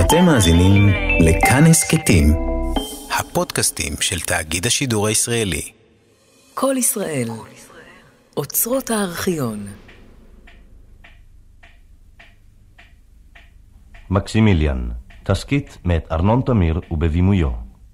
אתם מאזינים לכאן הסכתים, הפודקאסטים של תאגיד השידור הישראלי. כל ישראל, אוצרות הארכיון. מקסימיליאן, תסקית מאת ארנון תמיר ובבימויו.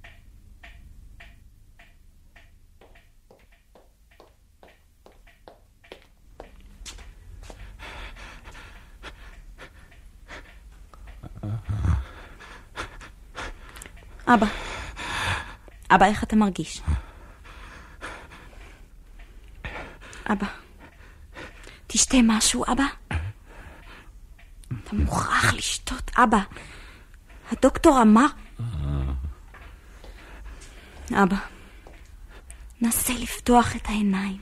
אבא, איך אתה מרגיש? אבא, תשתה משהו, אבא. אתה מוכרח לשתות, אבא. הדוקטור אמר... אבא, נסה לפתוח את העיניים.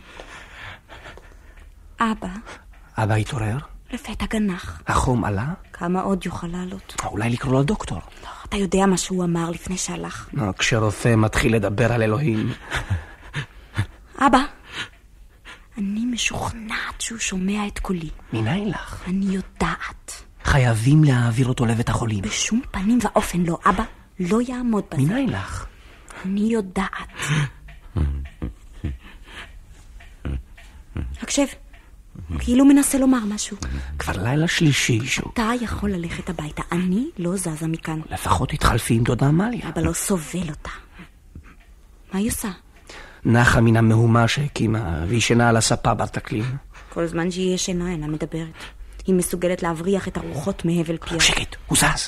אבא התעורר? לפתע גנח. החום עלה? כמה עוד יוכל לעלות? אולי לקרוא לדוקטור. לא, אתה יודע מה שהוא אמר לפני שהלך. כשרופא מתחיל לדבר על אלוהים. אבא, אני משוכנעת שהוא שומע את קולי. מניין לך? אני יודעת. חייבים להעביר אותו לבית החולים. בשום פנים ואופן לא, אבא. לא יעמוד בזה. מניין לך? אני יודעת. הקשב. כאילו מנסה לומר משהו. כבר לילה שלישי שוב. אתה יכול ללכת הביתה. אני לא זזה מכאן. לפחות התחלפי עם דודה אמליה. אבא לא סובל אותה. מה היא עושה? נחה מן המהומה שהקימה והיא שינה על הספה בתקלים. כל זמן שהיא ישנה אינה מדברת. היא מסוגלת להבריח את הרוחות מהבל פיה. שקט, הוא זז.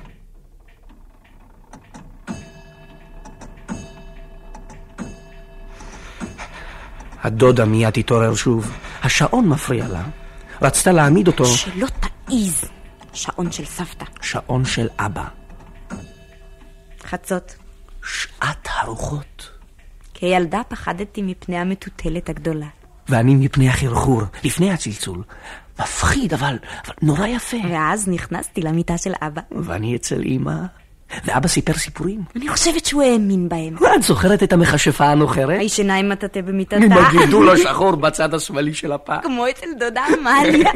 הדודה מיד התעורר שוב. השעון מפריע לה. רצתה להעמיד אותו. שלא תעיז. שעון של סבתא. שעון של אבא. חצות. שעת הרוחות. כילדה פחדתי מפני המטוטלת הגדולה. ואני מפני החרחור, לפני הצלצול. מפחיד, אבל נורא יפה. ואז נכנסתי למיטה של אבא. ואני אצל אמא. ואבא סיפר סיפורים. אני חושבת שהוא האמין בהם. ואת זוכרת את המכשפה הנוחרת? הישנה עם מטאטה במיטתה. עם הגידול השחור בצד השמאלי של הפה. כמו אצל דודה אמליה.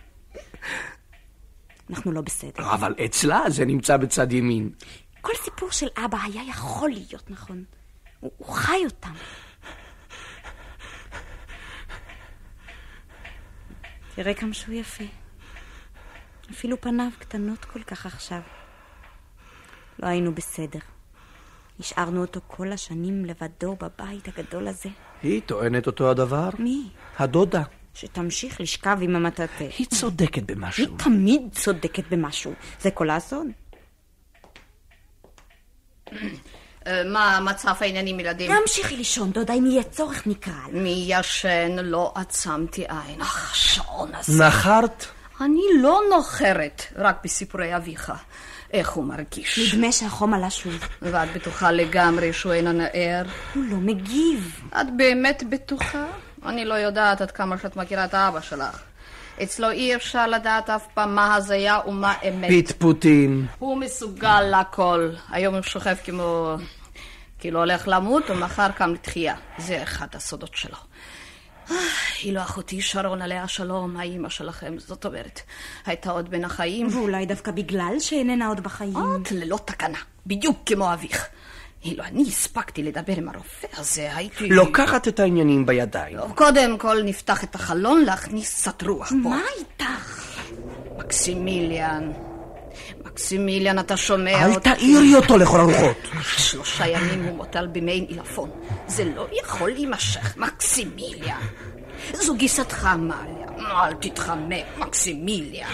אנחנו לא בסדר. אבל אצלה זה נמצא בצד ימין. כל סיפור של אבא היה יכול להיות נכון. הוא חי אותם. תראה כמה שהוא יפה. אפילו פניו קטנות כל כך עכשיו. לא היינו בסדר. השארנו אותו כל השנים לבדו בבית הגדול הזה. היא טוענת אותו הדבר? מי? הדודה. שתמשיך לשכב עם המטאטה. היא צודקת במשהו. היא תמיד צודקת במשהו. זה כל האסון. מה מצב העניינים, ילדים? להמשיכי לישון, דודה, אם יהיה צורך נקרא. מי ישן? לא עצמתי עין. השעון הזה. נחרת? אני לא נוחרת, רק בסיפורי אביך. איך הוא מרגיש? נדמה שהחום עלה שוב. ואת בטוחה לגמרי שהוא אינו נער? הוא לא מגיב. את באמת בטוחה? אני לא יודעת עד כמה שאת מכירה את האבא שלך. אצלו אי אפשר לדעת אף פעם מה הזיה ומה אמת. פטפוטים. הוא מסוגל לכל. היום הוא שוכב כאילו הולך למות ומחר קם לתחייה. זה אחד הסודות שלו. אילו אחותי שרון עליה שלום, האמא שלכם, זאת אומרת, הייתה עוד בין החיים. ואולי דווקא בגלל שאיננה עוד בחיים. את ללא תקנה, בדיוק כמו אביך. אילו אני הספקתי לדבר עם הרופא הזה, הייתי... לוקחת את העניינים בידיים. קודם כל נפתח את החלון להכניס קצת רוח פה. מה איתך? מקסימיליאן, אתה שומע אל אותי? תעירי אותו לכל הרוחות. 3 ימים הוא מוטל במעין עילפון. זה לא יכול להימשך, מקסימיליאן. זו גיסתך אמליה. אל תתחמק, מקסימיליאן.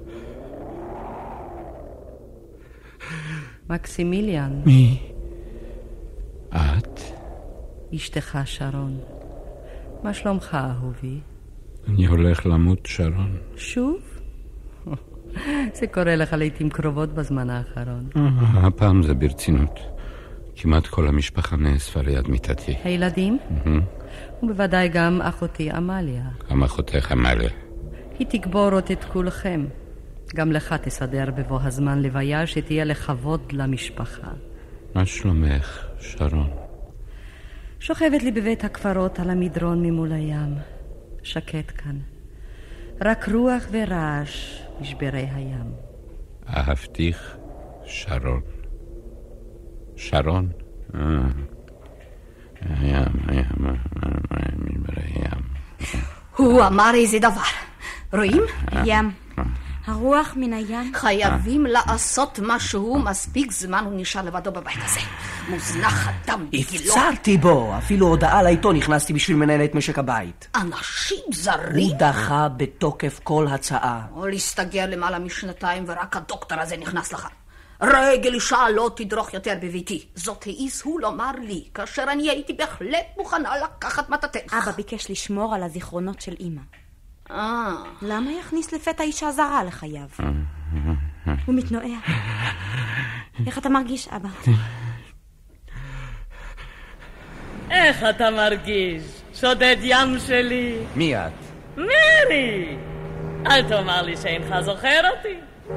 מקסימיליאן. מי? את? אשתך שרון. מה שלומך, אהובי? אני הולך למות, שרון. שוב? זה קורה לך לעתים קרובות בזמן האחרון. הפעם זה ברצינות. כמעט כל המשפחה נאספה ליד מיטתי. הילדים? ובוודאי גם אחותי אמליה. גם אחותך אמליה. היא תקבור את כולכם. גם לך תסדר בבוא הזמן לוויה שתהיה לכבוד למשפחה. מה שלומך, שרון? שוכבת לי בבית הקברות על המדרון ממול הים. שקט כאן. רק רוח ורעש משברי הים. אהבתיך? שרון. שרון? הים. הוא אמר איזה דבר. רואים? ים. הרוח מן הים. חייבים לעשות משהו. מספיק זמן הוא נשאר לבדו בבית הזה. מוזנח אדם בגילו. הפצרתי בו. אפילו הודעה לעיתון הכנסתי בשביל מנהלת משק הבית. אנשים זרים? הוא דחה בתוקף כל הצעה. או להסתגר למעלה משנתיים ורק הדוקטור הזה נכנס לך. רגל אישה לא תדרוך יותר בביתי. זאת העיז הוא לומר לי, כאשר אני הייתי בהחלט מוכנה לקחת מתתך. אבא ביקש לשמור על הזיכרונות של אמא. למה יכניס לפתע אישה זרה לחייו? הוא מתנועע. איך אתה מרגיש, אבא? איך אתה מרגיש? שודד ים שלי. מי את? מרי! אל תאמר לי שאינך זוכר אותי.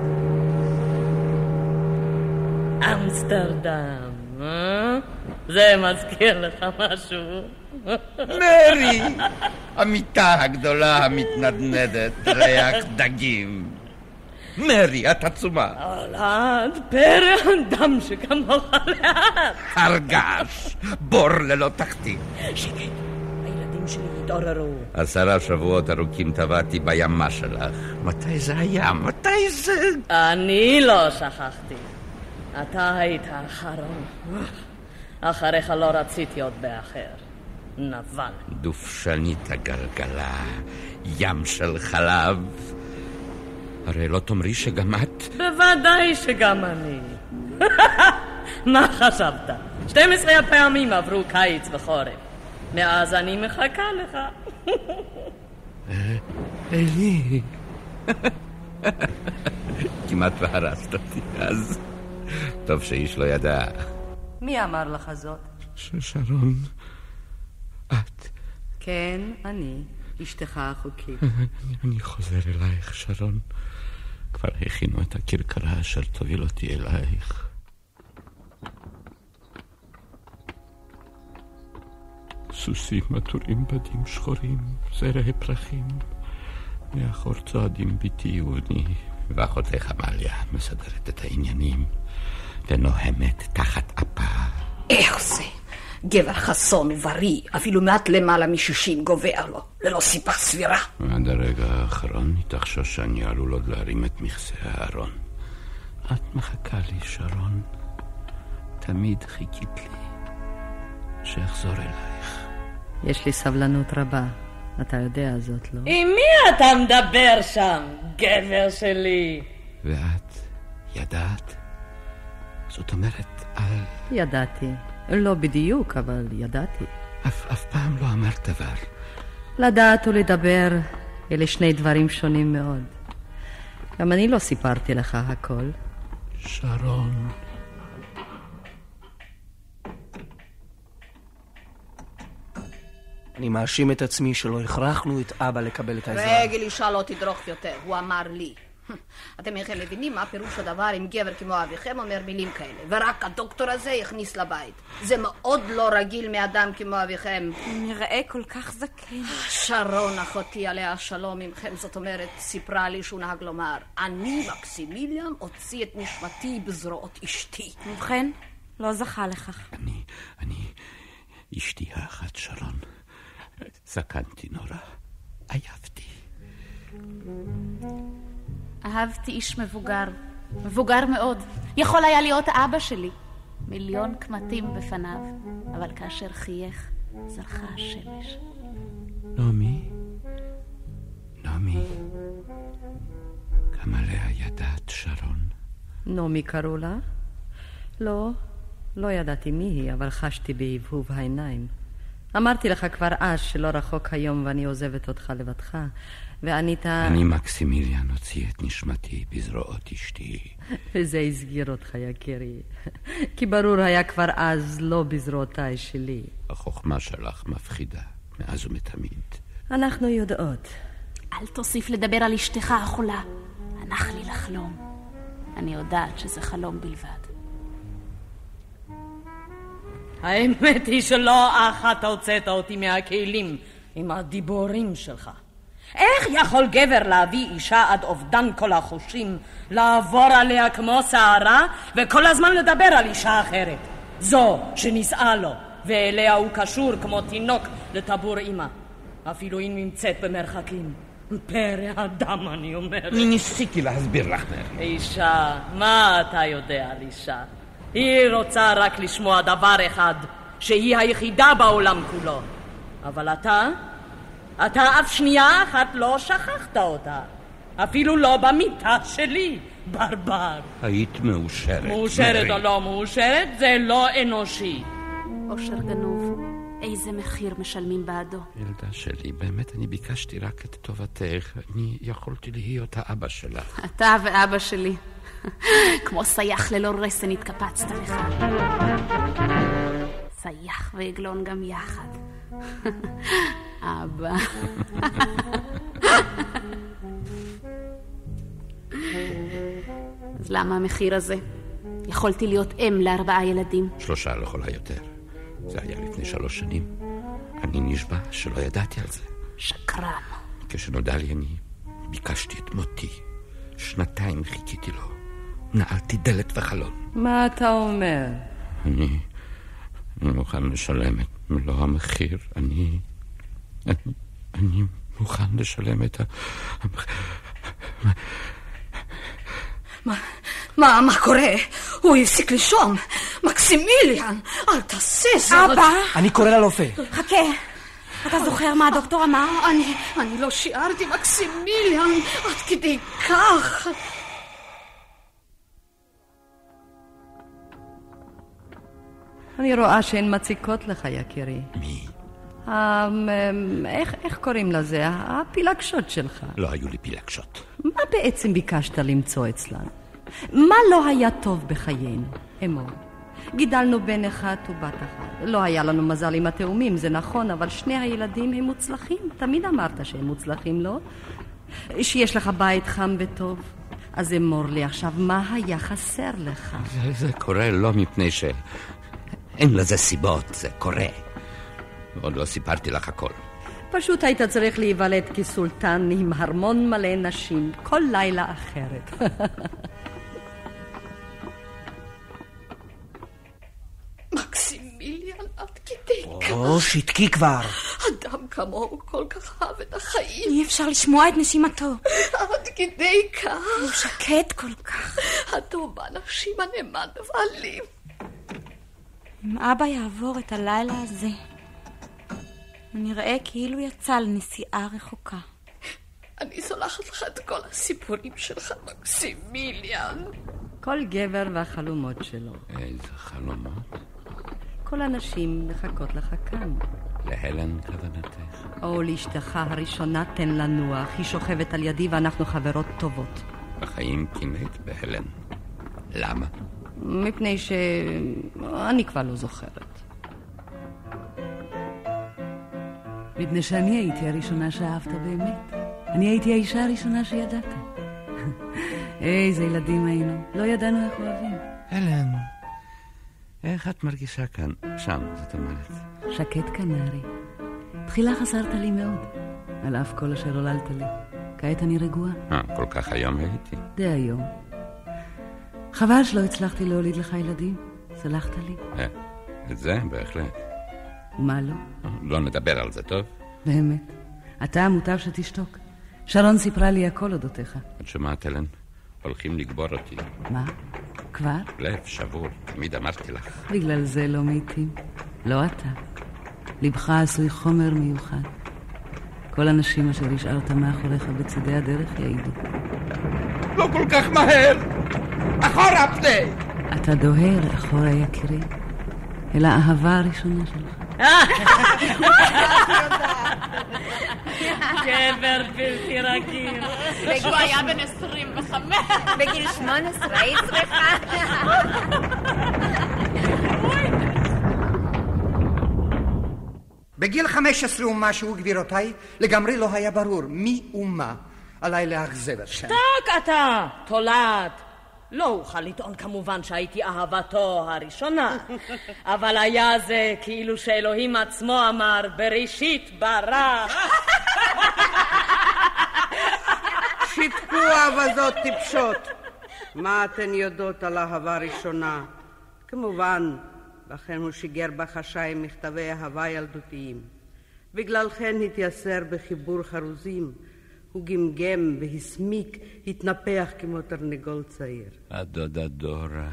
אמסטרדם, זה מזכיר לך משהו? מרי! המיטה הגדולה המתנדנדת, ריח דגים. מרי, את עצומה. הולד, פרח דם שכמוך לאט. הרגש, בור ללא תחתית. שקט, הילדים שלי התעוררו. 10 שבועות ארוכים טבעתי בימה שלך. מתי זה היה? מתי זה? אני לא שכחתי. אתה היית האחרון. אחריך לא רציתי עוד באחר. נבל. דופשנית הגלגלה, ים של חלב. הרי לא תאמרי שגם את? בוודאי שגם אני. מה חשבת? 12 פעמים עברו קיץ וחורף. מאז אני מחכה לך. אלי. כמעט והרסת אותי אז. טוב שאיש לא ידע. מי אמר לך זאת? שרון, את. כן, אני, אשתך החוקית. אני חוזר אלייך, שרון. כבר הכינו את הכרכרה אשר תוביל אותי אלייך. סוסים עטורים בדים שחורים, זרעי פרחים. מאחור צועדים ביתי ובני. ואחותך עמליה מסדרת את העניינים ונוהמת תחת אפה. איך זה? גבר חסון ובריא, אפילו מעט למעלה מ-60 גובע לו, ללא סיבה סבירה. עד הרגע האחרון היא תחשוש שאני עלול עוד להרים את מכסה הארון. את מחכה לי, שרון. תמיד חיכית לי שאחזור אלייך. יש לי סבלנות רבה, אתה יודע זאת, לא? עם מי אתה מדבר שם, גבר שלי? ואת ידעת? זאת אומרת, ידעתי. לא בדיוק, אבל ידעתי. אף פעם לא אמרת דבר. לדעת ולדבר, אלה שני דברים שונים מאוד. גם אני לא סיפרתי לך הכל. שרון. אני מאשים את עצמי שלא הכרחנו את אבא לקבל את העזרה. רגל אישה לא תדרוך יותר, הוא אמר לי. אתם אינכם מבינים מה פירוש הדבר אם גבר כמו אביכם אומר מילים כאלה, ורק הדוקטור הזה יכניס לבית. זה מאוד לא רגיל מאדם כמו אביכם. נראה כל כך זקן. שרון אחותי עליה השלום עמכם, זאת אומרת, סיפרה לי שהוא נהג לומר, אני מקסימיליאן הוציא את נשמתי בזרועות אשתי. ובכן, לא זכה לכך. אני אשתי האחת, שרון. זקנתי נורא, עייפתי. אהבתי איש מבוגר, מבוגר מאוד. יכול היה להיות אבא שלי. 1,000,000 קמטים בפניו, אבל כאשר חייך, זרחה השמש. נעמי, גם עליה ידעת, שרון? נעמי קראו לה? לא ידעתי מי היא, אבל חשתי בהבהוב העיניים. אמרתי לך כבר אז שלא רחוק היום ואני עוזבת אותך לבדך, וענית... אני מקסימיליאן הוציא את נשמתי בזרועות אשתי. וזה הסגיר אותך, יקירי. כי ברור היה כבר אז לא בזרועותיי שלי. החוכמה שלך מפחידה, מאז ומתמיד. אנחנו יודעות. אל תוסיף לדבר על אשתך החולה. הנח לי לחלום. אני יודעת שזה חלום בלבד. האמת היא שלא אחת הוצאת אותי מהכלים עם הדיבורים שלך. איך יכול גבר להביא אישה עד אובדן כל החושים, לעבור עליה כמו שערה, וכל הזמן לדבר על אישה אחרת? זו שנישאה לו, ואליה הוא קשור כמו תינוק לטבור אמא. אפילו אם נמצאת במרחקים. פרא אדם, אני אומרת. אני ניסיתי להסביר לך. אישה, מה אתה יודע על אישה? היא רוצה רק לשמוע דבר אחד, שהיא היחידה בעולם כולו. אבל אתה אף שנייה אחת לא שכחת אותה. אפילו לא במיטה שלי, ברבר. היית מאושרת. מאושרת או לא מאושרת, זה לא אנושי. אושר גנוב, איזה מחיר משלמים בעדו? ילדה שלי, באמת אני ביקשתי רק את טובתך. אני יכולתי להיות האבא שלך. אתה ואבא שלי. כמו סייח ללא רסן התקפצת לך. סייח ועגלון גם יחד. אבא. אז למה המחיר הזה? יכולתי להיות אם ל4 ילדים. 3 לכל היותר. זה היה לפני 3 שנים. אני נשבע שלא ידעתי על זה. שקרן. כשנודע לי אני ביקשתי את מותי. 2 חיכיתי לו. נעלתי דלת וחלון. מה אתה אומר? אני מוכן לשלם את מלוא המחיר. אני מוכן לשלם את מה קורה? הוא הפסיק לישון. מקסימיליאן, אל תעשה זאת. אבא! אני קורא לרופא. חכה. אתה זוכר מה הדוקטור אמר? אני לא שיערתי, מקסימיליאן, עד כדי כך. אני רואה שהן מציקות לך, יקירי. מי? איך קוראים לזה? הפילגשות שלך. לא היו לי פילגשות. מה בעצם ביקשת למצוא אצלן? מה לא היה טוב בחיינו? אמור. גידלנו בן אחד ובת אחת. לא היה לנו מזל עם התאומים, זה נכון, אבל 2 הילדים הם מוצלחים. תמיד אמרת שהם מוצלחים, לא? שיש לך בית חם וטוב. אז אמור לי עכשיו, מה היה חסר לך? זה קורה לא מפני ש... אין לזה סיבות, זה קורה. ועוד לא סיפרתי לך הכל. פשוט היית צריך להיוולד כסולטן עם הרמון מלא נשים, כל לילה אחרת. מקסימיליאן, עד כדי כך. שתקי כבר. אדם כמוהו כל כך אהב את החיים. אי אפשר לשמוע את נשימתו. עד כדי כך. הוא שקט כל כך. הטוב באנשים הנאמן ואלים. אם אבא יעבור את הלילה הזה, הוא נראה כאילו יצא לנסיעה רחוקה. אני סולחת לך את כל הסיפורים שלך, מקסימיליאן. כל גבר והחלומות שלו. איזה חלומות? כל הנשים מחכות לך כאן. להלן כוונתך. או לאשתך הראשונה תן לנוח, היא שוכבת על ידי ואנחנו חברות טובות. בחיים כינת בהלן. למה? מפני שאני כבר לא זוכרת. מפני שאני הייתי הראשונה שאהבת באמת. אני הייתי האישה הראשונה שידעת. איזה ילדים היינו. לא ידענו איך אוהבים. הלן, איך את מרגישה כאן? שם, זאת אומרת. שקט קנרי. תחילה חסרת לי מאוד. על אף כל אשר עוללת לי. כעת אני רגועה. כל כך היום הייתי. די היום. חבל שלא הצלחתי להוליד לך ילדים. סלחת לי. את זה בהחלט. ומה לא? לא נדבר על זה, טוב? באמת. אתה מוטב שתשתוק. שרון סיפרה לי הכל אודותיך. את שומעת, הלן? הולכים לגבור אותי. מה? כבר? לב שבור, תמיד אמרתי לך. בגלל זה לא מתים. לא אתה. לבך עשוי חומר מיוחד. כל הנשים אשר השארת מאחוריך בצדי הדרך יעידו. לא כל כך מהר! אחורה פני! אתה דוהר אחורה יקירי, אל האהבה הראשונה שלך. גבר בלתי רגיל. הוא היה בן 25. בגיל 18 היית צריכה. בגיל 15 ומשהו, גבירותיי, לגמרי לא היה ברור מי ומה עליי לאכזב אתכם. שתק אתה, תולד. לא אוכל לטעון כמובן שהייתי אהבתו הראשונה, אבל היה זה כאילו שאלוהים עצמו אמר בראשית ברא. אבזות טיפשות. מה אתן יודעות על אהבה ראשונה? כמובן, לכן הוא שיגר בחשאי מכתבי אהבה ילדותיים. בגללכן התייסר בחיבור חרוזים. הוא גמגם והסמיק, התנפח כמו תרנגול צעיר. הדודה דורה.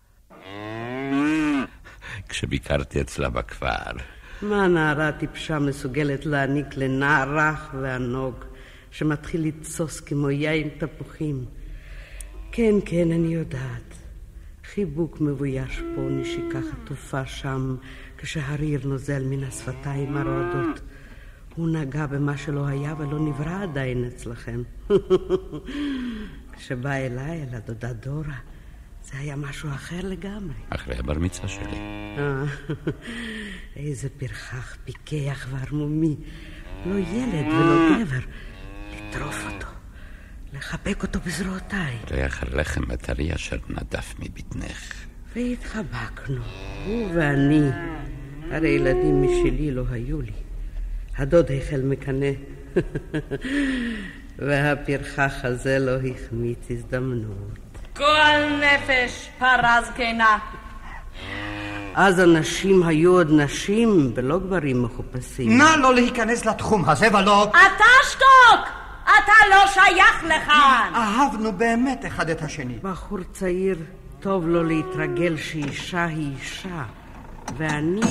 כשביקרתי אצלה בכפר. מה נערה טיפשה מסוגלת להעניק לנער רך וענוג, שמתחיל לתסוס כמו יין תפוחים? כן, כן, אני יודעת. חיבוק מבויש פה, נשיקה חטופה שם, כשהריר נוזל מן השפתיים הרועדות. הוא נגע במה שלא היה ולא נברא עדיין אצלכם. כשבא אליי, אל הדודה דורה, זה היה משהו אחר לגמרי. אחרי הבר מצווה שלי. איזה פרחח, פיקח וערמומי. לא ילד ולא גבר. לטרוף אותו, לחבק אותו בזרועותיי. ריח הלחם הטרי אשר נדף מבטנך. והתחבקנו, הוא ואני. הרי ילדים משלי לא היו לי. הדוד החל מקנה. והפרחח הזה לא החמיץ הזדמנות. גועל נפש, פרה זקנה. אז הנשים היו עוד נשים ולא גברים מחופשים. נא לא להיכנס לתחום הזה ולא... אתה שתוק! אתה לא שייך לכאן! אהבנו באמת אחד את השני. בחור צעיר, טוב לו להתרגל שאישה היא אישה. ואני...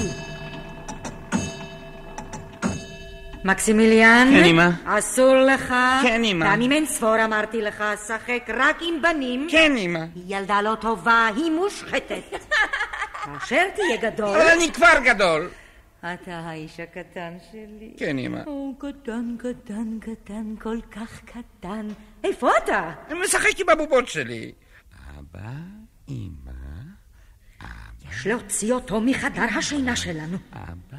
מקסימיליאן? כן, אמא. אסור לך. כן, אמא. פעמים אין ספור אמרתי לך, שחק רק עם בנים. כן, אמא. היא ילדה לא טובה, היא מושחתת. כאשר תהיה גדול... אבל אני כבר גדול. אתה האיש הקטן שלי. כן, אמא. קטן, קטן, קטן, כל כך קטן. איפה אתה? אני משחק עם הבובות שלי. אבא, אמא. יש להוציא אותו מחדר השינה שלנו. אבא,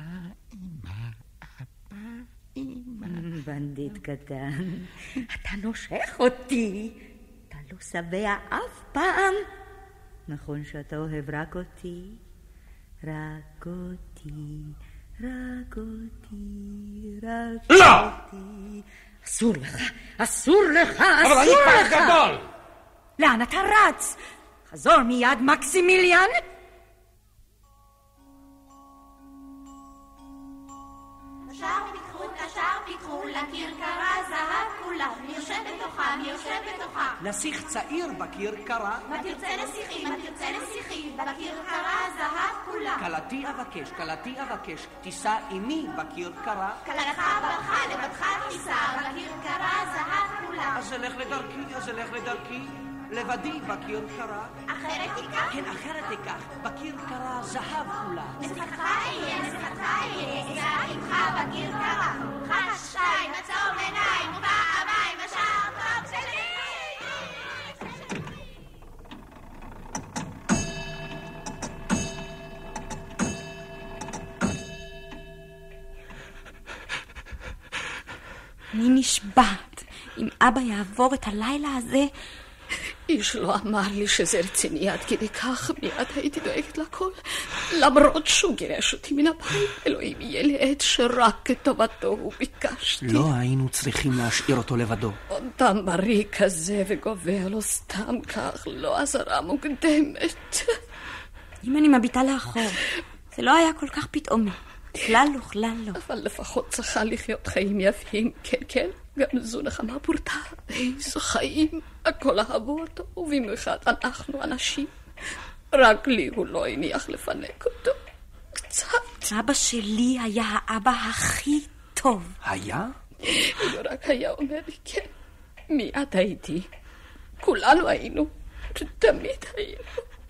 בנדיט קטן, אתה נושך אותי. אתה לא שבע אף פעם. נכון שאתה אוהב רק אותי? רק אותי, רק אותי, רק אותי. אסור לך, אסור לך, אבל אני פח גדול. לאן אתה רץ? חזור מיד, מקסימיליאן. פיקחו לכרכרה זהב כולה, מי יושב בתוכה, מי יושב בתוכה. נסיך צעיר בכרכרה. מה תרצה נסיכי, מה תרצה נסיכי, בכרכרה זהב כולה. כלתי אבקש, כלתי אבקש, תיסע עמי בכרכרה. כלתך ברכה לבדך תיסע, בכרכרה זהב כולה. אז אלך לדרכי, אז אלך לדרכי. לבדי בכרכרה. אחרת תיקח? כן, אחרת תיקח. בכרכרה זהב כולה. נסיכתך יהיה, נסיכתך יהיה, אסע עמך בכרכרה. חש שתיים, עצום עיניים, ופעמיים, השער טוב שלי! אני נשבעת. אם אבא יעבור את הלילה הזה... איש לא אמר לי שזה רציני עד כדי כך, מיד הייתי דואגת לכל. למרות שהוא גירש אותי מן הבית, אלוהים יהיה לי עד שרק את טובתו הוא ביקשתי. לא היינו צריכים להשאיר אותו לבדו. אדם בריא כזה וגובע לו סתם כך, לא עזרה מוקדמת. אם אני מביטה לאחור, זה לא היה כל כך פתאומי. כלל לא, כלל לא. אבל לפחות צריכה לחיות חיים יפים, כן, כן. גם זו נחמה פורטה, איזה חיים, הכל אהבו אותו, ובמיוחד אנחנו אנשים. רק לי הוא לא הניח לפנק אותו. קצת. אבא שלי היה האבא הכי טוב. היה? הוא רק היה אומר לי כן. מיד הייתי. כולנו היינו. תמיד היינו.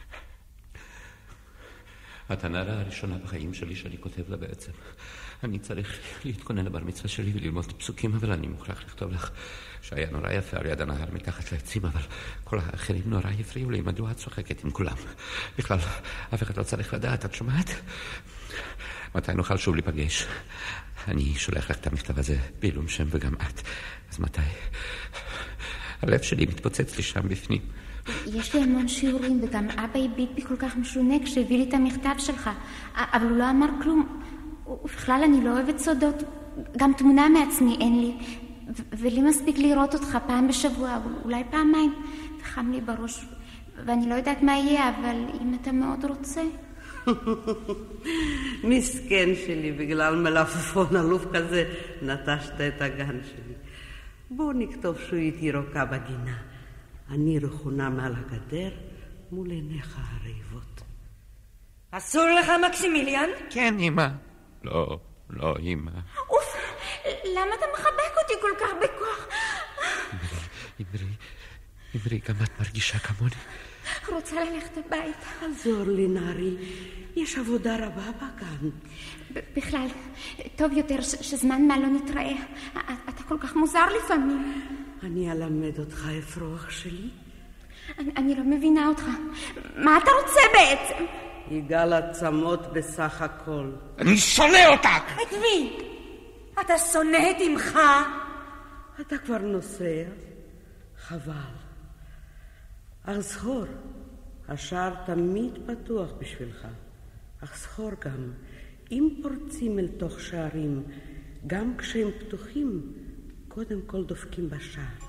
את הנערה הראשונה בחיים שלי שאני כותב לה בעצם. אני צריך להתכונן לבר מצווה שלי וללמוד פסוקים, אבל אני מוכרח לכתוב לך שהיה נורא יפה על יד הנהר מתחת לעצים, אבל כל האחרים נורא יפריעו לי. מדוע את צוחקת עם כולם? בכלל, אף אחד לא צריך לדעת, את שומעת? מתי נוכל שוב להיפגש? אני שולח לך את המכתב הזה בעילום שם וגם את. אז מתי? הלב שלי מתפוצץ לי שם בפנים. יש לי המון שיעורים, וגם אבא הביט בי כל כך משונה כשהביא לי את המכתב שלך, אבל הוא לא אמר כלום. ובכלל אני לא אוהבת סודות, גם תמונה מעצמי אין לי, ולי מספיק לראות אותך פעם בשבוע, אולי פעמיים. חם לי בראש, ואני לא יודעת מה יהיה, אבל אם אתה מאוד רוצה... מסכן שלי, בגלל מלפפון אלוף כזה נטשת את הגן שלי. בוא נכתוב שהיא תירוקה בגינה. אני רכונה מעל הגדר מול עיניך הרעיבות. אסור לך, מקסימיליאן? כן, אמא. לא, אמא. אוף, למה אתה מחבק אותי כל כך בכוח? אמרי, גם את מרגישה כמוני? רוצה ללכת הביתה. עזור לי, נערי. יש עבודה רבה בגן. בכלל, טוב יותר שזמן מה לא נתראה. אתה כל כך מוזר לפעמים. אני אלמד אותך אפרוח שלי. אני לא מבינה אותך. מה אתה רוצה בעצם? יגאל עצמות בסך הכל. אני שונא אותך! את מי? אתה שונא את אמך? אתה כבר נוסע? חבל. אך זכור, השער תמיד פתוח בשבילך. אך זכור גם, אם פורצים אל תוך שערים, גם כשהם פתוחים, קודם כל דופקים בשער.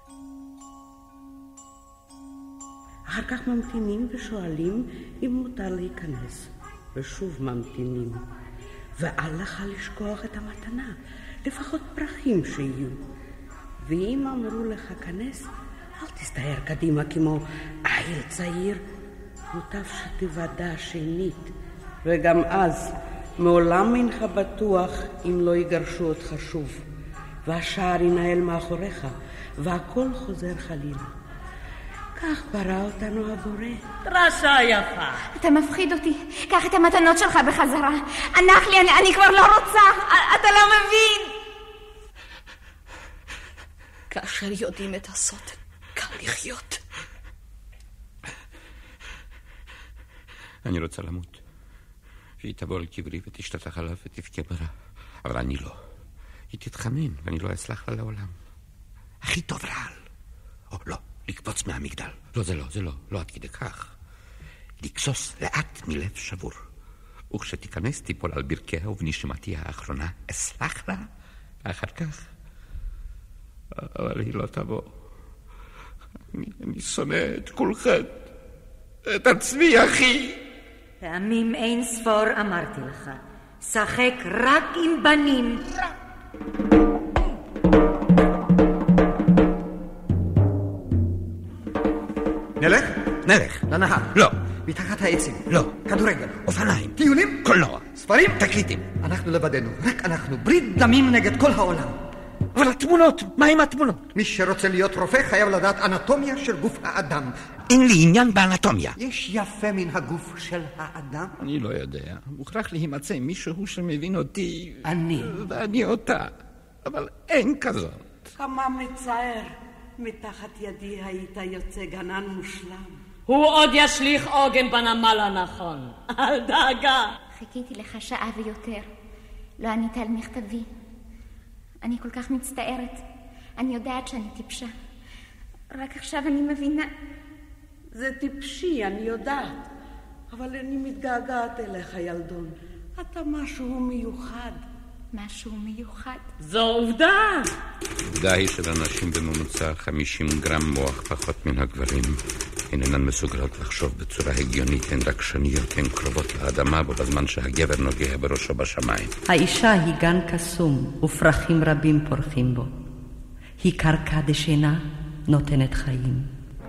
אחר כך ממתינים ושואלים אם מותר להיכנס, ושוב ממתינים. ואל לך לשכוח את המתנה, לפחות פרחים שיהיו. ואם אמרו לך כנס, אל תסתער קדימה כמו עיל צעיר. מוטב שתוודע שנית, וגם אז מעולם אינך בטוח אם לא יגרשו אותך שוב, והשער ינהל מאחוריך, והכל חוזר חלילה. כך ברא אותנו הבורא. דרשה יפה. אתה מפחיד אותי. קח את המתנות שלך בחזרה. הנח לי, אני כבר לא רוצה. אתה לא מבין. כאשר יודעים את הסוד, קל לחיות. אני רוצה למות. שהיא תבוא על קברי ותשתטח עליו ותבכה ברע. אבל אני לא. היא תתחנן ואני לא אסלח לה לעולם. הכי טוב רעל. או לא, לקפוץ מהמגדל. לא, זה לא עד כדי כך. לקסוס לאט מלב שבור. וכשתיכנס תיפול על ברכיה ובנשימתי האחרונה אסלח לה, ואחר כך. אבל היא לא תבוא. אני שונא את כולכם. את עצמי, אחי. פעמים אין ספור אמרתי לך, שחק רק עם בנים. נלך. לנהר. לא. מתחת העצים. לא. כדורגל. אופניים. טיולים. קולנוע. ספרים. תקליטים. אנחנו לבדנו, רק אנחנו. ברית דמים נגד כל העולם. אבל התמונות, מה עם התמונות? מי שרוצה להיות רופא חייב לדעת אנטומיה של גוף האדם. אין לי עניין באנטומיה. יש יפה מן הגוף של האדם? אני לא יודע. מוכרח להימצא מישהו שמבין אותי. אני. ואני אותה. אבל אין כזאת. כמה מצער. מתחת ידי היית יוצא גנן מושלם. הוא עוד ישליך עוגן בנמל הנכון. אל דאגה. חיכיתי לך שעה ויותר. לא ענית על מכתבי. אני כל כך מצטערת. אני יודעת שאני טיפשה. רק עכשיו אני מבינה. זה טיפשי, אני יודעת. אבל אני מתגעגעת אליך, ילדון. אתה משהו מיוחד. משהו מיוחד. זו עובדה. עובדה היא של אנשים בממוצע 50 גרם מוח פחות מן הגברים. הן אינן מסוגלות לחשוב בצורה הגיונית, הן רגשניות, הן קרובות לאדמה, בו בזמן שהגבר נוגע בראשו בשמיים. האישה היא גן קסום, ופרחים רבים פורחים בו. היא קרקע דשינה, נותנת חיים.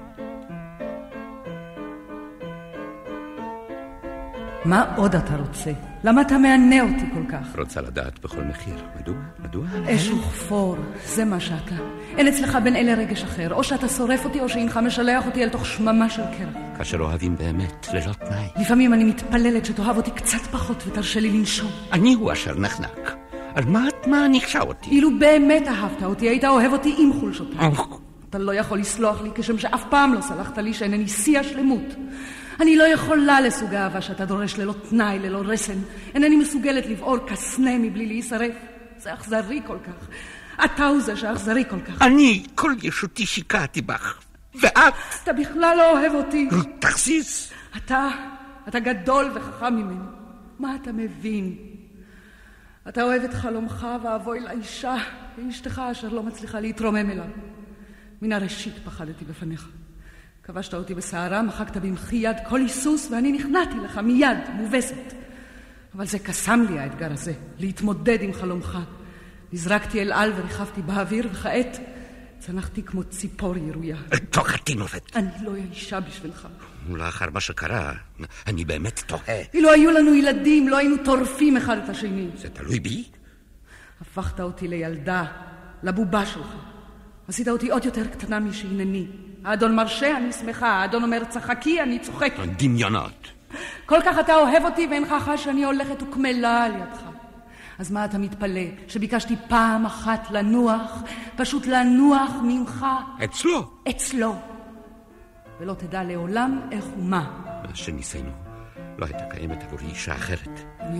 מה עוד אתה רוצה? למה אתה מענה אותי כל כך? רוצה לדעת בכל מחיר. מדוע? אש וכפור, זה מה שאתה. אין אצלך בין אלה רגש אחר. או שאתה שורף אותי או שאינך משלח אותי אל תוך שממה של קרח. כאשר אוהבים באמת, ללא תנאי. לפעמים אני מתפללת שתאהב אותי קצת פחות ותרשה לי לנשום. אני הוא אשר נחנק. על מה את מענישה אותי? אילו באמת אהבת אותי, היית אוהב אותי עם חולשותיי. אתה לא יכול לסלוח לי כשם שאף פעם לא סלחת לי שאינני שיא השלמות. אני לא יכולה לסוג האהבה שאתה דורש ללא תנאי, ללא רסן. אינני מסוגלת לבעור כסנה מבלי להישרף. זה אכזרי כל כך. אתה הוא זה שאכזרי כל כך. אני, כל ישותי שיקעתי בך. ואת? אתה בכלל לא אוהב אותי. תכסיס. אתה גדול וחכם ממני. מה אתה מבין? אתה אוהב את חלומך ואבוי לאישה. אשתך אשר לא מצליחה להתרומם אליו. מן הראשית פחדתי בפניך. כבשת אותי בסערה, מחקת במחי יד כל היסוס, ואני נכנעתי לך מיד, מובסת. אבל זה קסם לי האתגר הזה, להתמודד עם חלומך. נזרקתי אל על וריחפתי באוויר, וכעת צנחתי כמו ציפור ירויה. תוכתי נובט. אני לא האישה בשבילך. לאחר מה שקרה, אני באמת תוהה. אילו היו לנו ילדים, לא היינו טורפים אחד את השני. זה תלוי בי? הפכת אותי לילדה, לבובה שלך. עשית אותי עוד יותר קטנה משהינני. האדון מרשה, אני שמחה. האדון אומר צחקי, אני צוחקת. דמיונות. כל כך אתה אוהב אותי ואינך חש שאני הולכת וכמלה על ידך. אז מה אתה מתפלא? שביקשתי פעם אחת לנוח, פשוט לנוח ממך. אצלו? אצלו. ולא תדע לעולם איך ומה. מה שניסינו לא הייתה קיימת עבורי אישה אחרת.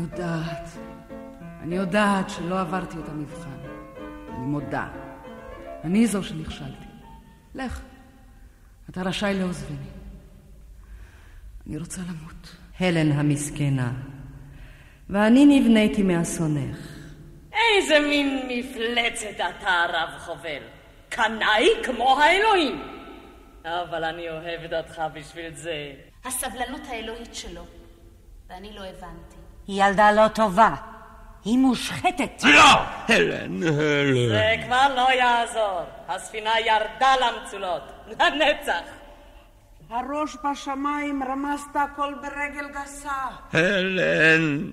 אני יודעת שלא עברתי את המבחן. אני מודה. אני זו שנכשלתי. לך, אתה רשאי לעוזבני. אני רוצה למות. הלן המסכנה, ואני נבניתי מאסונך. איזה מין מפלצת אתה, רב חובל. קנאי כמו האלוהים. אבל אני אוהבת אותך בשביל זה. הסבלנות האלוהית שלו, ואני לא הבנתי. היא ילדה לא טובה. היא מושחתת. לא! הלן. זה כבר לא יעזור. הספינה ירדה למצולות. לנצח. הראש בשמיים, רמזת הכל ברגל גסה. הלן.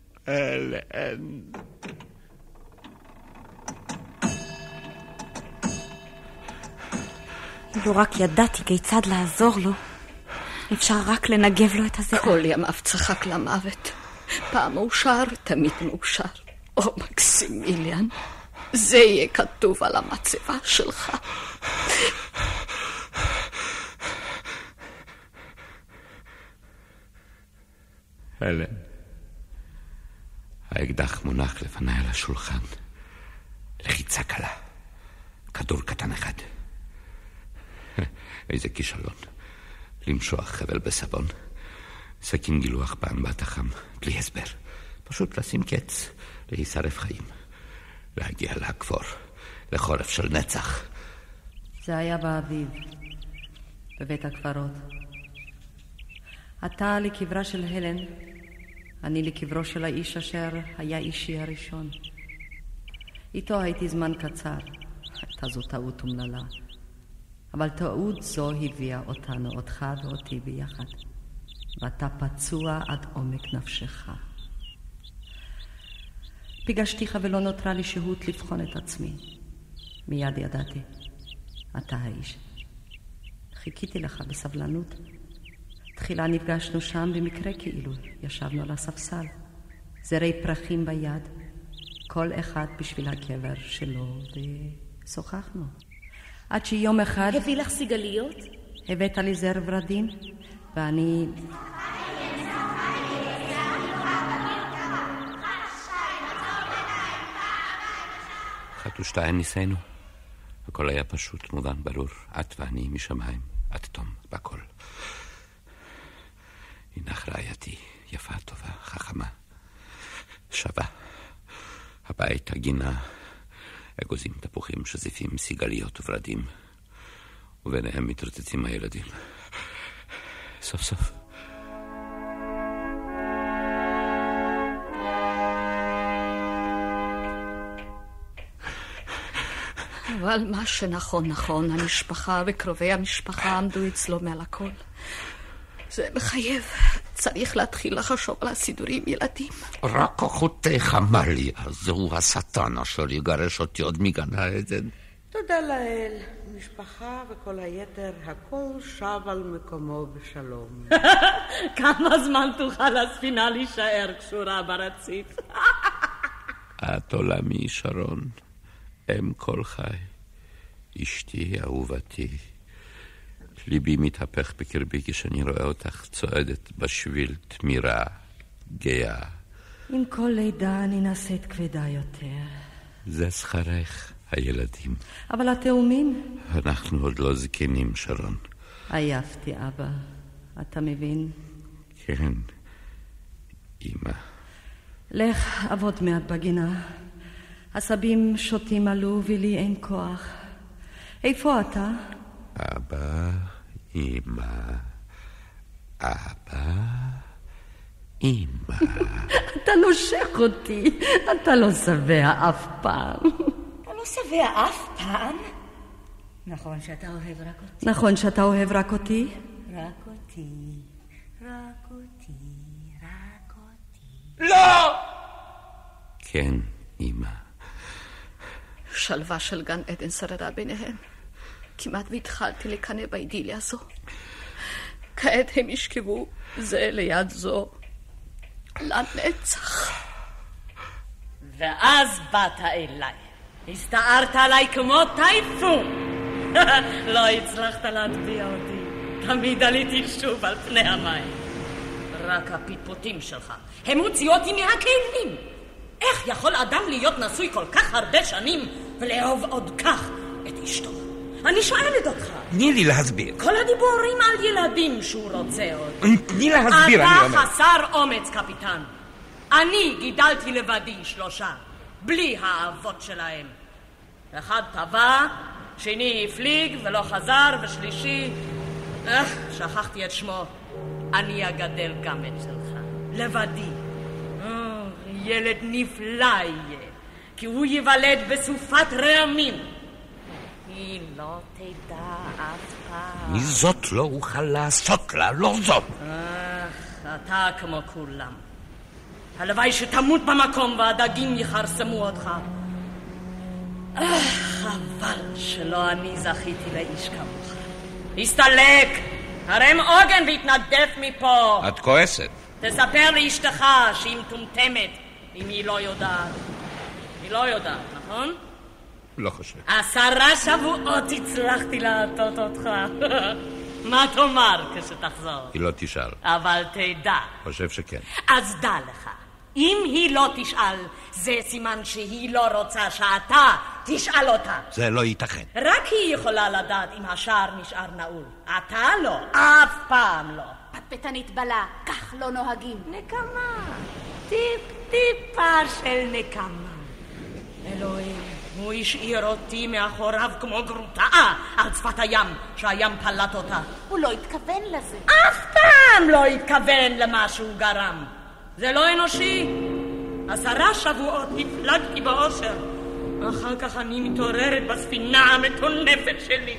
אילו רק ידעתי כיצד לעזור לו, אפשר רק לנגב לו את הזיעה. כל ימיו צחק למוות. פעם מאושר, תמיד מאושר. או מקסימיליאן, זה יהיה כתוב על המצבה שלך. הלן, האקדח מונח לפניי על השולחן. לחיצה קלה, כדור קטן אחד. איזה כישלון. למשוח חבל בסבון, סכין גילוח באמבט החם, בלי הסבר. פשוט לשים קץ, להישרף חיים. להגיע לקבור, לחורף של נצח. זה היה באביב, בבית הקברות. אתה לקברה של הלן, אני לקברו של האיש אשר היה אישי הראשון. איתו הייתי זמן קצר. הייתה זו טעות אומללה. אבל טעות זו הביאה אותנו, אותך ואותי ביחד. ואתה פצוע עד עומק נפשך. פגשתיך ולא נותרה לי שהות לבחון את עצמי. מיד ידעתי, אתה האיש. חיכיתי לך בסבלנות. תחילה נפגשנו שם במקרה כאילו, ישבנו על הספסל. זרי פרחים ביד, כל אחד בשביל הקבר שלו, ושוחחנו. עד שיום אחד... הביא לך סיגליות? הבאת לי זר ורדים, ואני... אחת ושתיים ניסינו. הכל היה פשוט, מובן, ברור. את ואני משמיים, עד תום, בכל. הינך רעייתי, יפה, טובה, חכמה, שווה. הבית, הגינה, אגוזים, תפוחים, שזיפים, סיגליות וברדים. וביניהם מתרוצצים הילדים. סוף סוף. אבל מה שנכון, המשפחה וקרובי המשפחה עמדו אצלו מעל הכל. זה מחייב. צריך להתחיל לחשוב על הסידורים ילדים. רק אחותך עמליה, זהו השטן אשר יגרש אותי עוד מגן העדן. תודה לאל, משפחה וכל היתר, הכל שב על מקומו בשלום. כמה זמן תוכל הספינה להישאר קשורה ברציף? את עולמי, שרון, אם כל חי, אשתי, אהובתי. ליבי מתהפך בקרבי כשאני רואה אותך צועדת בשביל תמירה, גאה. עם כל לידה אני נעשית כבדה יותר. זה שכרך, הילדים. אבל התאומים? אנחנו עוד לא זקנים, שרון. עייפתי, אבא. אתה מבין? כן, אמא. לך עבוד מעט בגינה. עשבים שוטים עלו ולי אין כוח. איפה אתה? אבא, אמא, אבא, אמא. אתה נושך אותי, אתה לא שבע אף פעם. אתה לא שבע אף פעם? נכון שאתה אוהב רק אותי. נכון שאתה אוהב רק אותי? רק אותי, רק אותי, רק אותי. לא! כן, אמא. שלווה של גן עדן שררה ביניהם. כמעט והתחלתי לקנא באידיליה הזו. כעת הם ישכבו זה ליד זו לנצח. ואז באת אליי. הסתערת עליי כמו טייפון. לא הצלחת להטביע אותי. תמיד עליתי שוב על פני המים. רק הפיפוטים שלך. הם הוציאו אותי מהכלים. איך יכול אדם להיות נשוי כל כך הרבה שנים ולאהוב עוד כך את אשתו? אני שואלת אותך. תני לי להסביר. כל הדיבורים על ילדים שהוא רוצה עוד. תני להסביר, אני אומר. אתה חסר אומץ, קפיטן. אני גידלתי לבדי 3, בלי האבות שלהם. אחד טבע, שני הפליג ולא חזר, ושלישי, שכחתי את שמו. אני אגדל גם את שלך. לבדי. ילד נפלא יהיה, כי הוא ייוולד בסופת רעמים. היא לא תדע אף פעם. מי זאת לא אוכל לעשות לה, לא זאת. אתה כמו כולם. הלוואי שתמות במקום והדגים יחרסמו אותך. חבל שלא אני זכיתי לאיש כמוך. הסתלק, הרם עוגן והתנדף מפה. את כועסת. תספר לאשתך שהיא מטומטמת אם היא לא יודעת. היא לא יודעת, נכון? לא חושב. 10 שבועות הצלחתי להטות אותך. מה תאמר כשתחזור? היא לא תשאל. אבל תדע. חושב שכן. אז דע לך, אם היא לא תשאל, זה סימן שהיא לא רוצה שאתה תשאל אותה. זה לא ייתכן. רק היא יכולה לדעת אם השער נשאר נעול. אתה לא, אף פעם לא. פטפטנית בלה, כך לא נוהגים. נקמה, טיפה של נקמה. אלוהים, הוא השאיר אותי מאחוריו כמו גרוטאה על שפת הים, שהים פלט אותה. הוא לא התכוון לזה. אף פעם לא התכוון למה שהוא גרם. זה לא אנושי. 10 שבועות הפלגתי באושר. אחר כך אני מתעוררת בספינה המטונפת שלי.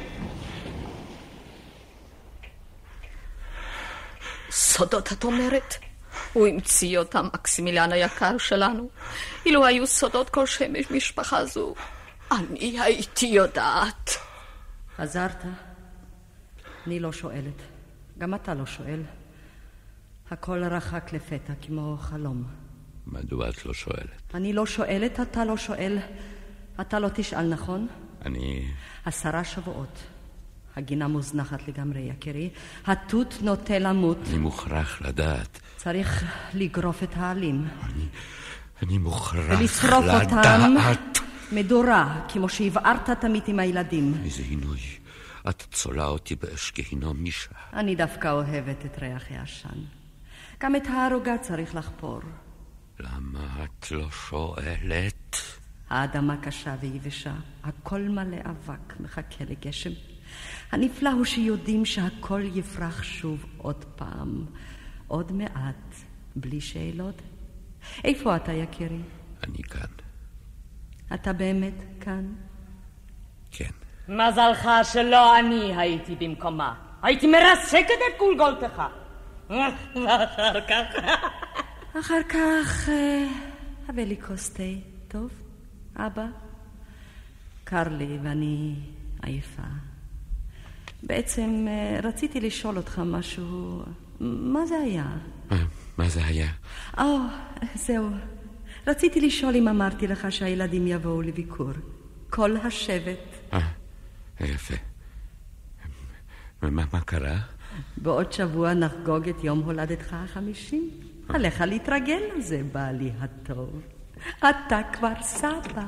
סודות את אומרת? הוא המציא אותם, מקסימיליאן היקר שלנו. אילו היו סודות כל שמש משפחה זו, אני הייתי יודעת. חזרת? אני לא שואלת. גם אתה לא שואל. הכל רחק לפתע כמו חלום. מדוע את לא שואלת? אני לא שואלת, אתה לא שואל. אתה לא תשאל, נכון? אני... 10 שבועות. הגינה מוזנחת לגמרי, יקירי. התות נוטה למות. אני מוכרח לדעת. צריך לגרוף את העלים. אני מוכרח ולשרוף לדעת. אותם מדורה, כמו שהבערת תמיד עם הילדים. איזה עינוי. את צולה אותי באש גיהינום מישה. אני דווקא אוהבת את ריח העשן. גם את הערוגה צריך לחפור. למה את לא שואלת? האדמה קשה ויבשה. הכל מלא אבק, מחכה לגשם. הנפלא הוא שיודעים שהכל יפרח שוב עוד פעם. עוד מעט, בלי שאלות. איפה אתה, יקירי? אני כאן. אתה באמת כאן? כן. מזלך שלא אני הייתי במקומה. הייתי מרסקת את גולגולתך. ואחר כך... אחר כך... הבא לי כוס תה, טוב? אבא? קר לי ואני עייפה. בעצם רציתי לשאול אותך משהו. מה זה היה? מה זה היה? זהו. רציתי לשאול אם אמרתי לך שהילדים יבואו לביקור. כל השבט. יפה. מה קרה? בעוד שבוע נחגוג את יום הולדתך 50. עליך להתרגל לזה, בעלי הטוב. אתה כבר סבא.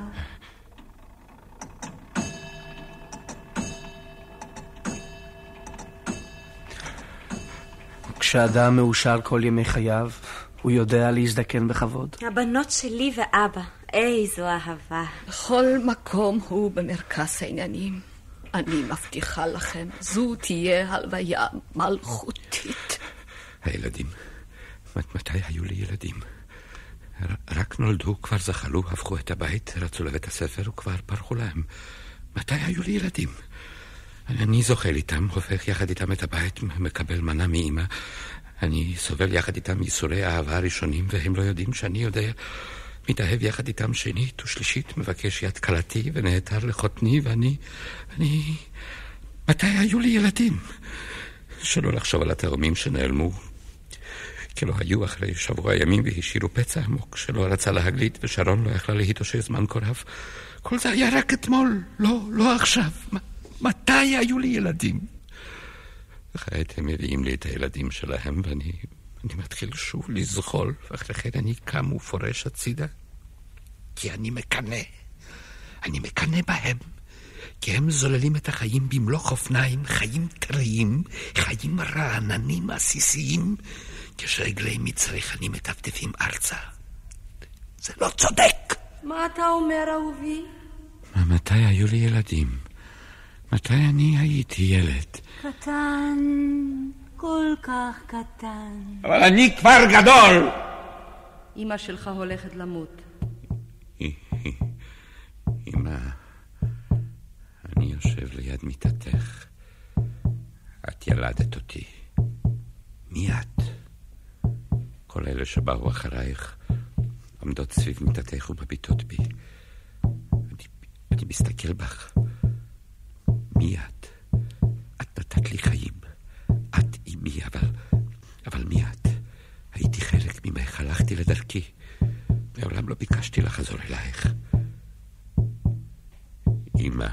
כשאדם מאושר כל ימי חייו, הוא יודע להזדקן בכבוד. הבנות שלי ואבא, איזו אהבה. בכל מקום הוא במרכז העניינים. אני מבטיחה לכם, זו תהיה הלוויה מלכותית. הילדים, מתי היו לי ילדים? רק נולדו, כבר זחלו, הפכו את הבית, רצו לבית הספר וכבר פרחו להם. מתי היו לי ילדים? אני זוחל איתם, הופך יחד איתם את הבית, מקבל מנה מאמא. אני סובל יחד איתם ייסורי אהבה ראשונים, והם לא יודעים שאני יודע. מתאהב יחד איתם שנית ושלישית, מבקש יד קלתי ונהתר לחותני, ואני... מתי היו לי ילדים? שלא לחשוב על התאומים שנעלמו, כי לא היו אחרי שבוע ימים והשאירו פצע עמוק שלא רצה להגליד, ושרון לא יכלה להתאושש זמן כה רב. כל זה היה רק אתמול, לא עכשיו. מתי היו לי ילדים? וכעת הם מביאים לי את הילדים שלהם, ואני מתחיל שוב לזחול, ואחרי כן אני קם ופורש הצידה. כי אני מקנא בהם. כי הם זוללים את החיים במלוא אופניים, חיים טריים, חיים רעננים, עסיסיים, כשרגלי מצריחני מטפטפים ארצה. זה לא צודק. מה אתה אומר, אהובי? מתי היו לי ילדים? מתי אני הייתי ילד? קטן, כל כך קטן. אבל אני כבר גדול! אמא שלך הולכת למות. אמא, אני יושב ליד מיטתך. את ילדת אותי. מי את? כל אלה שבאו אחרייך עומדות סביב מיטתך ומביטות בי. אני מסתכל בך. מי את? את נתת לי חיים. את אימי, אבל מי את? הייתי חלק ממך, הלכתי לדרכי. מעולם לא ביקשתי לחזור אלייך. אמא,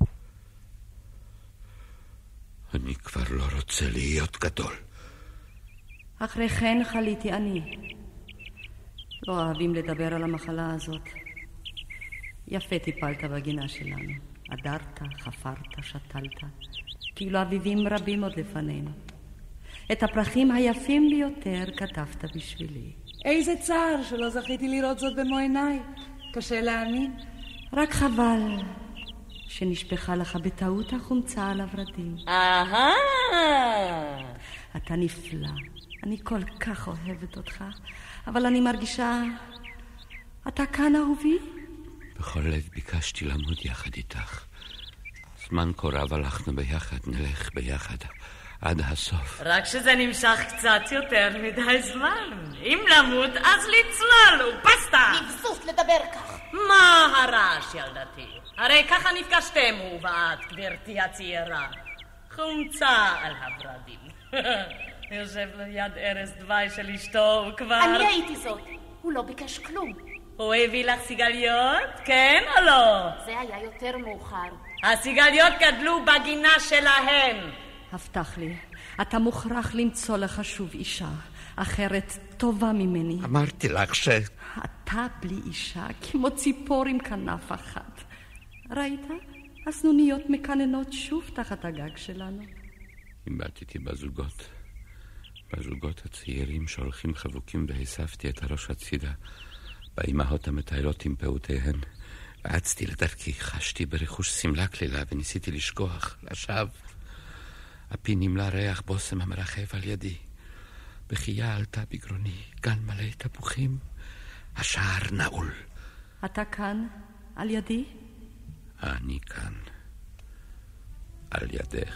אני כבר לא רוצה להיות גדול. אחרי כן חליתי אני. לא אוהבים לדבר על המחלה הזאת. יפה טיפלת בגינה שלנו. עדרת, חפרת, שתלת. כאילו אביבים רבים עוד לפנינו. את הפרחים היפים ביותר כתבת בשבילי. איזה צער שלא זכיתי לראות זאת במו עיניי. קשה להאמין. רק חבל שנשפכה לך בטעות החומצה על הורדים. אתה נפלא. אני כל כך אוהבת אותך, אבל אני מרגישה... אתה כאן, אהובי? בכל לב ביקשתי לעמוד יחד איתך. זמן כה רב הלכנו ביחד, נלך ביחד עד הסוף. רק שזה נמשך קצת יותר מדי זמן. אם למות, אז לצלול, ופסטה. נבזות לדבר כך. מה הרעש, ילדתי? הרי ככה נפגשתם הוא ואת, גברתי הצעירה. חומצה על הורדים. יושב ליד ארז דווי של אשתו וכבר... אני הייתי זאת. הוא לא ביקש כלום. הוא הביא לך סיגליות? כן או לא? זה היה יותר מאוחר. הסיגליות גדלו בגינה שלהם. הבטח לי, אתה מוכרח למצוא לך שוב אישה, אחרת טובה ממני. אמרתי לך ש... אתה בלי אישה, כמו ציפור עם כנף אחת. ראית? הסנוניות מקננות שוב תחת הגג שלנו. איבדתי בזוגות הצעירים שהולכים חבוקים, והספתי את הראש הצידה באימהות המטיילות עם פעותיהן. ועצתי לדרכי, חשתי ברכוש סמלה כלילה וניסיתי לשכוח, לשווא. הפי נמלה ריח בוסם המרחב על ידי. בחייה עלתה בגרוני, גן מלא תפוחים, השער נעול. אתה כאן, על ידי? אני כאן, על ידך.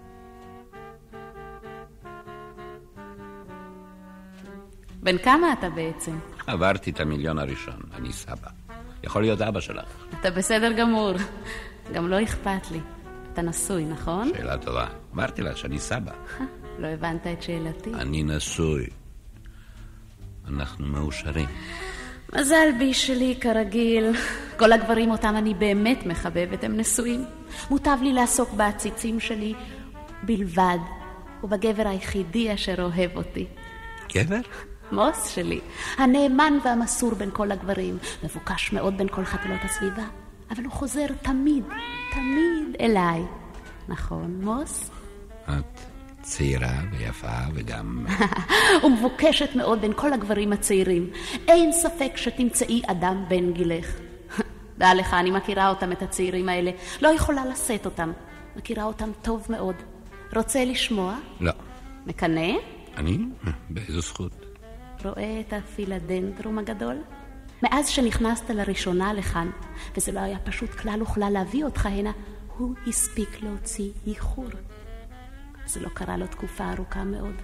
בן כמה אתה בעצם? עברתי את המיליון הראשון, אני סבא. יכול להיות אבא שלך. אתה בסדר גמור. גם לא אכפת לי. אתה נשוי, נכון? שאלה טובה. אמרתי לך שאני סבא. לא הבנת את שאלתי. אני נשוי. אנחנו מאושרים. מזל בי שלי כרגיל. כל הגברים אותם אני באמת מחבבת הם נשואים. מוטב לי לעסוק בעציצים שלי בלבד, ובגבר היחידי אשר אוהב אותי. גבר? מוס שלי, הנאמן והמסור בין כל הגברים, מבוקש מאוד בין כל חתולות הסביבה, אבל הוא חוזר תמיד אליי. נכון, מוס? את צעירה ויפה וגם... ומבוקשת מאוד בין כל הגברים הצעירים. אין ספק שתמצאי אדם בן גילך. דע לך, אני מכירה אותם, את הצעירים האלה. לא יכולה לשאת אותם. מכירה אותם טוב מאוד. רוצה לשמוע? לא. מקנא? אני? באיזו זכות? רואה את הפילדנדרום הגדול? מאז שנכנסת לראשונה לכאן, וזה לא היה פשוט כלל וכלל להביא אותך הנה, הוא הספיק להוציא ייחור. זה לא קרה לו תקופה ארוכה מאוד.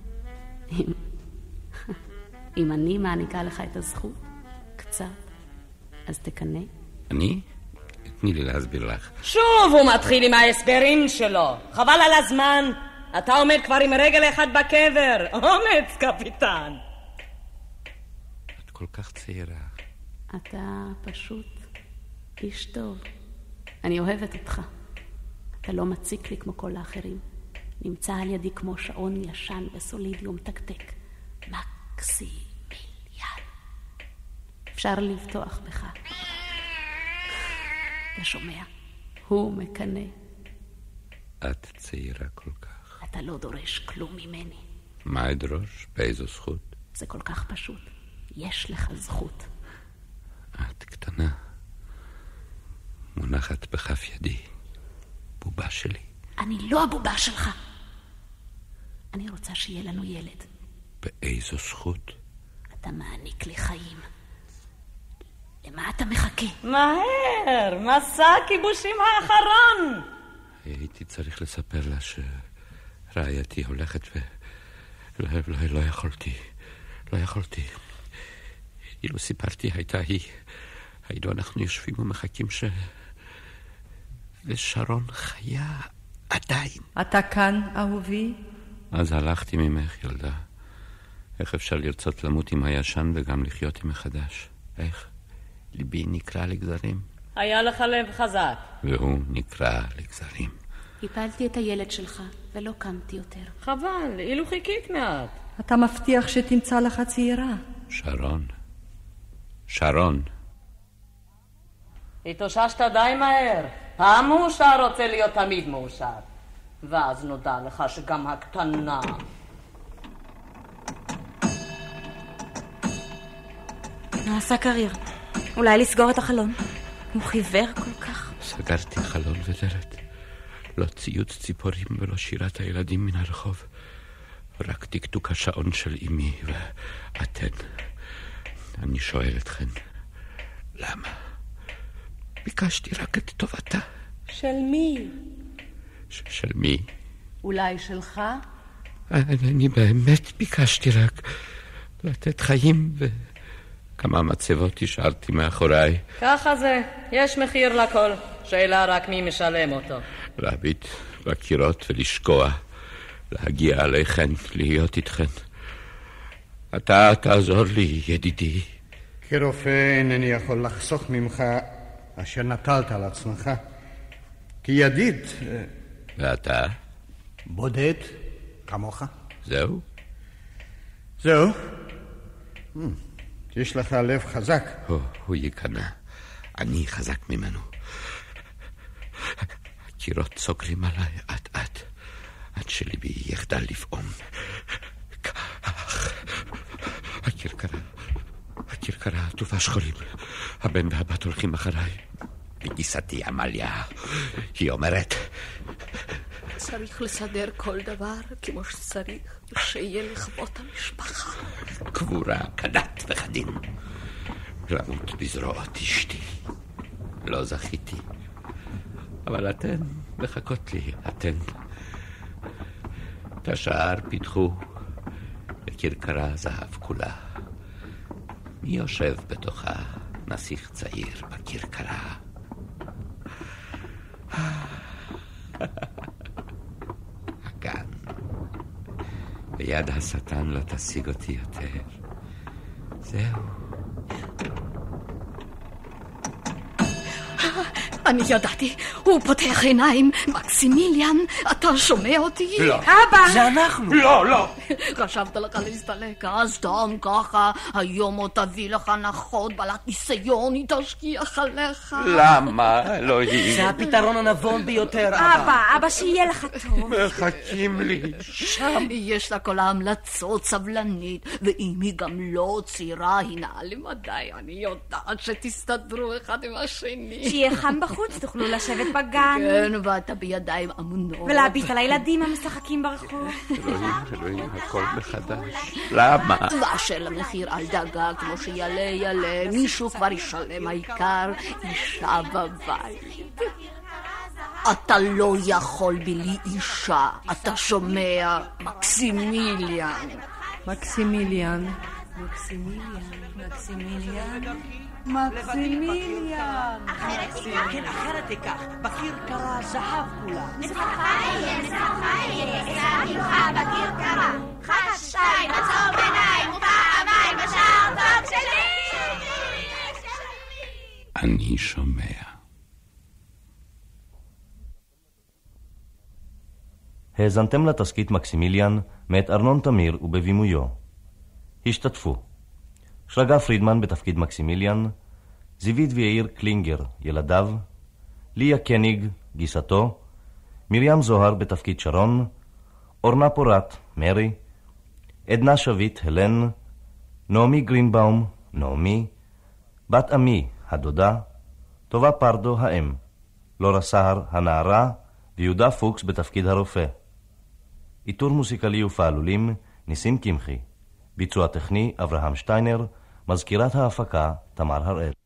אם אני מעניקה לך את הזכות, קצת, אז תקנה. אני? תני לי להסביר לך. שוב הוא מתחיל עם ההסברים שלו. חבל על הזמן. אתה עומד כבר עם רגל אחד בקבר. אומץ, קפיטן. את כל כך צעירה. אתה פשוט איש טוב. אני אוהבת אותך. אתה לא מציק לי כמו כל האחרים. נמצא על ידי כמו שעון ישן וסולידי ומתקתק. מקסימיליאן. אפשר לבטוח בך. אתה שומע? הוא מקנא. את צעירה כל כך. אתה לא דורש כלום ממני. מה אדרוש? באיזו זכות? זה כל כך פשוט. יש לך זכות. את קטנה. מונחת בכף ידי. בובה שלי. אני לא הבובה שלך. אני רוצה שיהיה לנו ילד. באיזו זכות? אתה מעניק לי חיים. למה אתה מחכה? מהר, מסע הכיבושים האחרון. הייתי צריך לספר לה שרעייתי הולכת לא יכולתי. לא יכולתי. אילו סיפרתי, היינו אנחנו יושבים ומחכים ושרון חיה עדיין. אתה כאן, אהובי? אז הלכתי ממך, ילדה. איך אפשר לרצות למות עם הישן וגם לחיות עם מחדש? איך? ליבי נקרא לגזרים. היה לך לב חזק. והוא נקרא לגזרים. הפלתי את הילד שלך ולא קמתי יותר. חבל, אילו חיכית מעט. אתה מבטיח שתמצא לך צעירה. שרון. התאוששת די מהר. פעם מאושר רוצה להיות תמיד מאושר. ואז נודע לך שגם הקטנה... נעשה קריר. אולי לסגור את החלון. הוא חיוור כל כך. סגרתי חלון ודלת. לא ציוץ ציפורים ולא שירת הילדים מן הרחוב. רק תקתוק השעון של אמי ואתן. אני שואל אתכן, למה? ביקשתי רק את טובתה. של מי? של מי? אולי שלך? אני באמת ביקשתי רק לתת חיים וכמה מצבות השארתי מאחוריי. ככה זה, יש מחיר לכל. שאלה רק מי משלם אותו. להביט בקירות ולשקוע, להגיע עליכן, להיות איתכן. אתה תעזור לי, ידידי. כרופא אינני יכול לחסוך ממך אשר נטלת על עצמך. כי ידיד... ואתה? בודד, כמוך. זהו? יש לך לב חזק. הוא יקנה. אני חזק ממנו. הקירות סוגרים עליי עד שליבי יחדל לפעום. כך. הכרכרה עטופה שחורים. הבן והבת הולכים אחריי. בגיסתי עמליה. היא אומרת... צריך לסדר כל דבר כמו שצריך, שיהיה לכבוד המשפחה. קבורה כדת וכדין. למות בזרועות אשתי. לא זכיתי. אבל אתן מחכות לי, אתן. את השער פיתחו בכרכרה זהב כולה. מי יושב בתוכה? נסיך צעיר בכרכרה. הגן. ביד השטן לא תשיג אותי יותר. זהו. אני ידעתי, הוא פותח עיניים. מקסימיליאן, אתה שומע אותי? לא. אבא! זה אנחנו. לא. חשבת לך להסתלק, אז סתם ככה, היום עוד תביא לך הנחות, בעלת ניסיון, היא תשגיח עליך. למה, אלוהים? זה הפתרון הנבון ביותר, אבא. אבא, שיהיה לך טוב. מחכים לי שם. יש לה כל ההמלצות, סבלנית, ואם היא גם לא צעירה, היא נעה למדי, אני יודעת שתסתדרו אחד עם השני. שיהיה חם בחוץ, תוכלו לשבת בגן. כן, ואתה בידיים אמונות. ולהביט על הילדים המשחקים ברחוב. אלוהים, הכל מחדש. למה? ואשר למחיר על דאגה, כמו שיעלה, מישהו כבר ישלם, העיקר אישה בבית. אתה לא יכול בלי אישה, אתה שומע? מקסימיליאן. מקסימיליאן. אחרת תיקח, בקיר קרה זהב כולה. נצחך יהיה, ממך בקיר קרה. חג שתיים, עצור בעיניים, ופעמיים בשער טוב שלי. אני שומע. האזנתם לתסקית מקסימיליאן מאת ארנון תמיר ובבימויו. השתתפו שרגא פרידמן בתפקיד מקסימיליאן, זיווית ויאיר קלינגר, ילדיו, ליה קניג, גיסתו, מרים זוהר בתפקיד שרון, אורנה פורט, מרי, עדנה שביט, הלן, נעמי גרינבאום, נעמי, בת עמי, הדודה, טובה פרדו, האם, לורה סהר, הנערה, ויהודה פוקס בתפקיד הרופא. איתור מוסיקלי ופעלולים, ניסים קמחי. ביצוע טכני, אברהם שטיינר. מזכירת ההפקה, תמר הראל.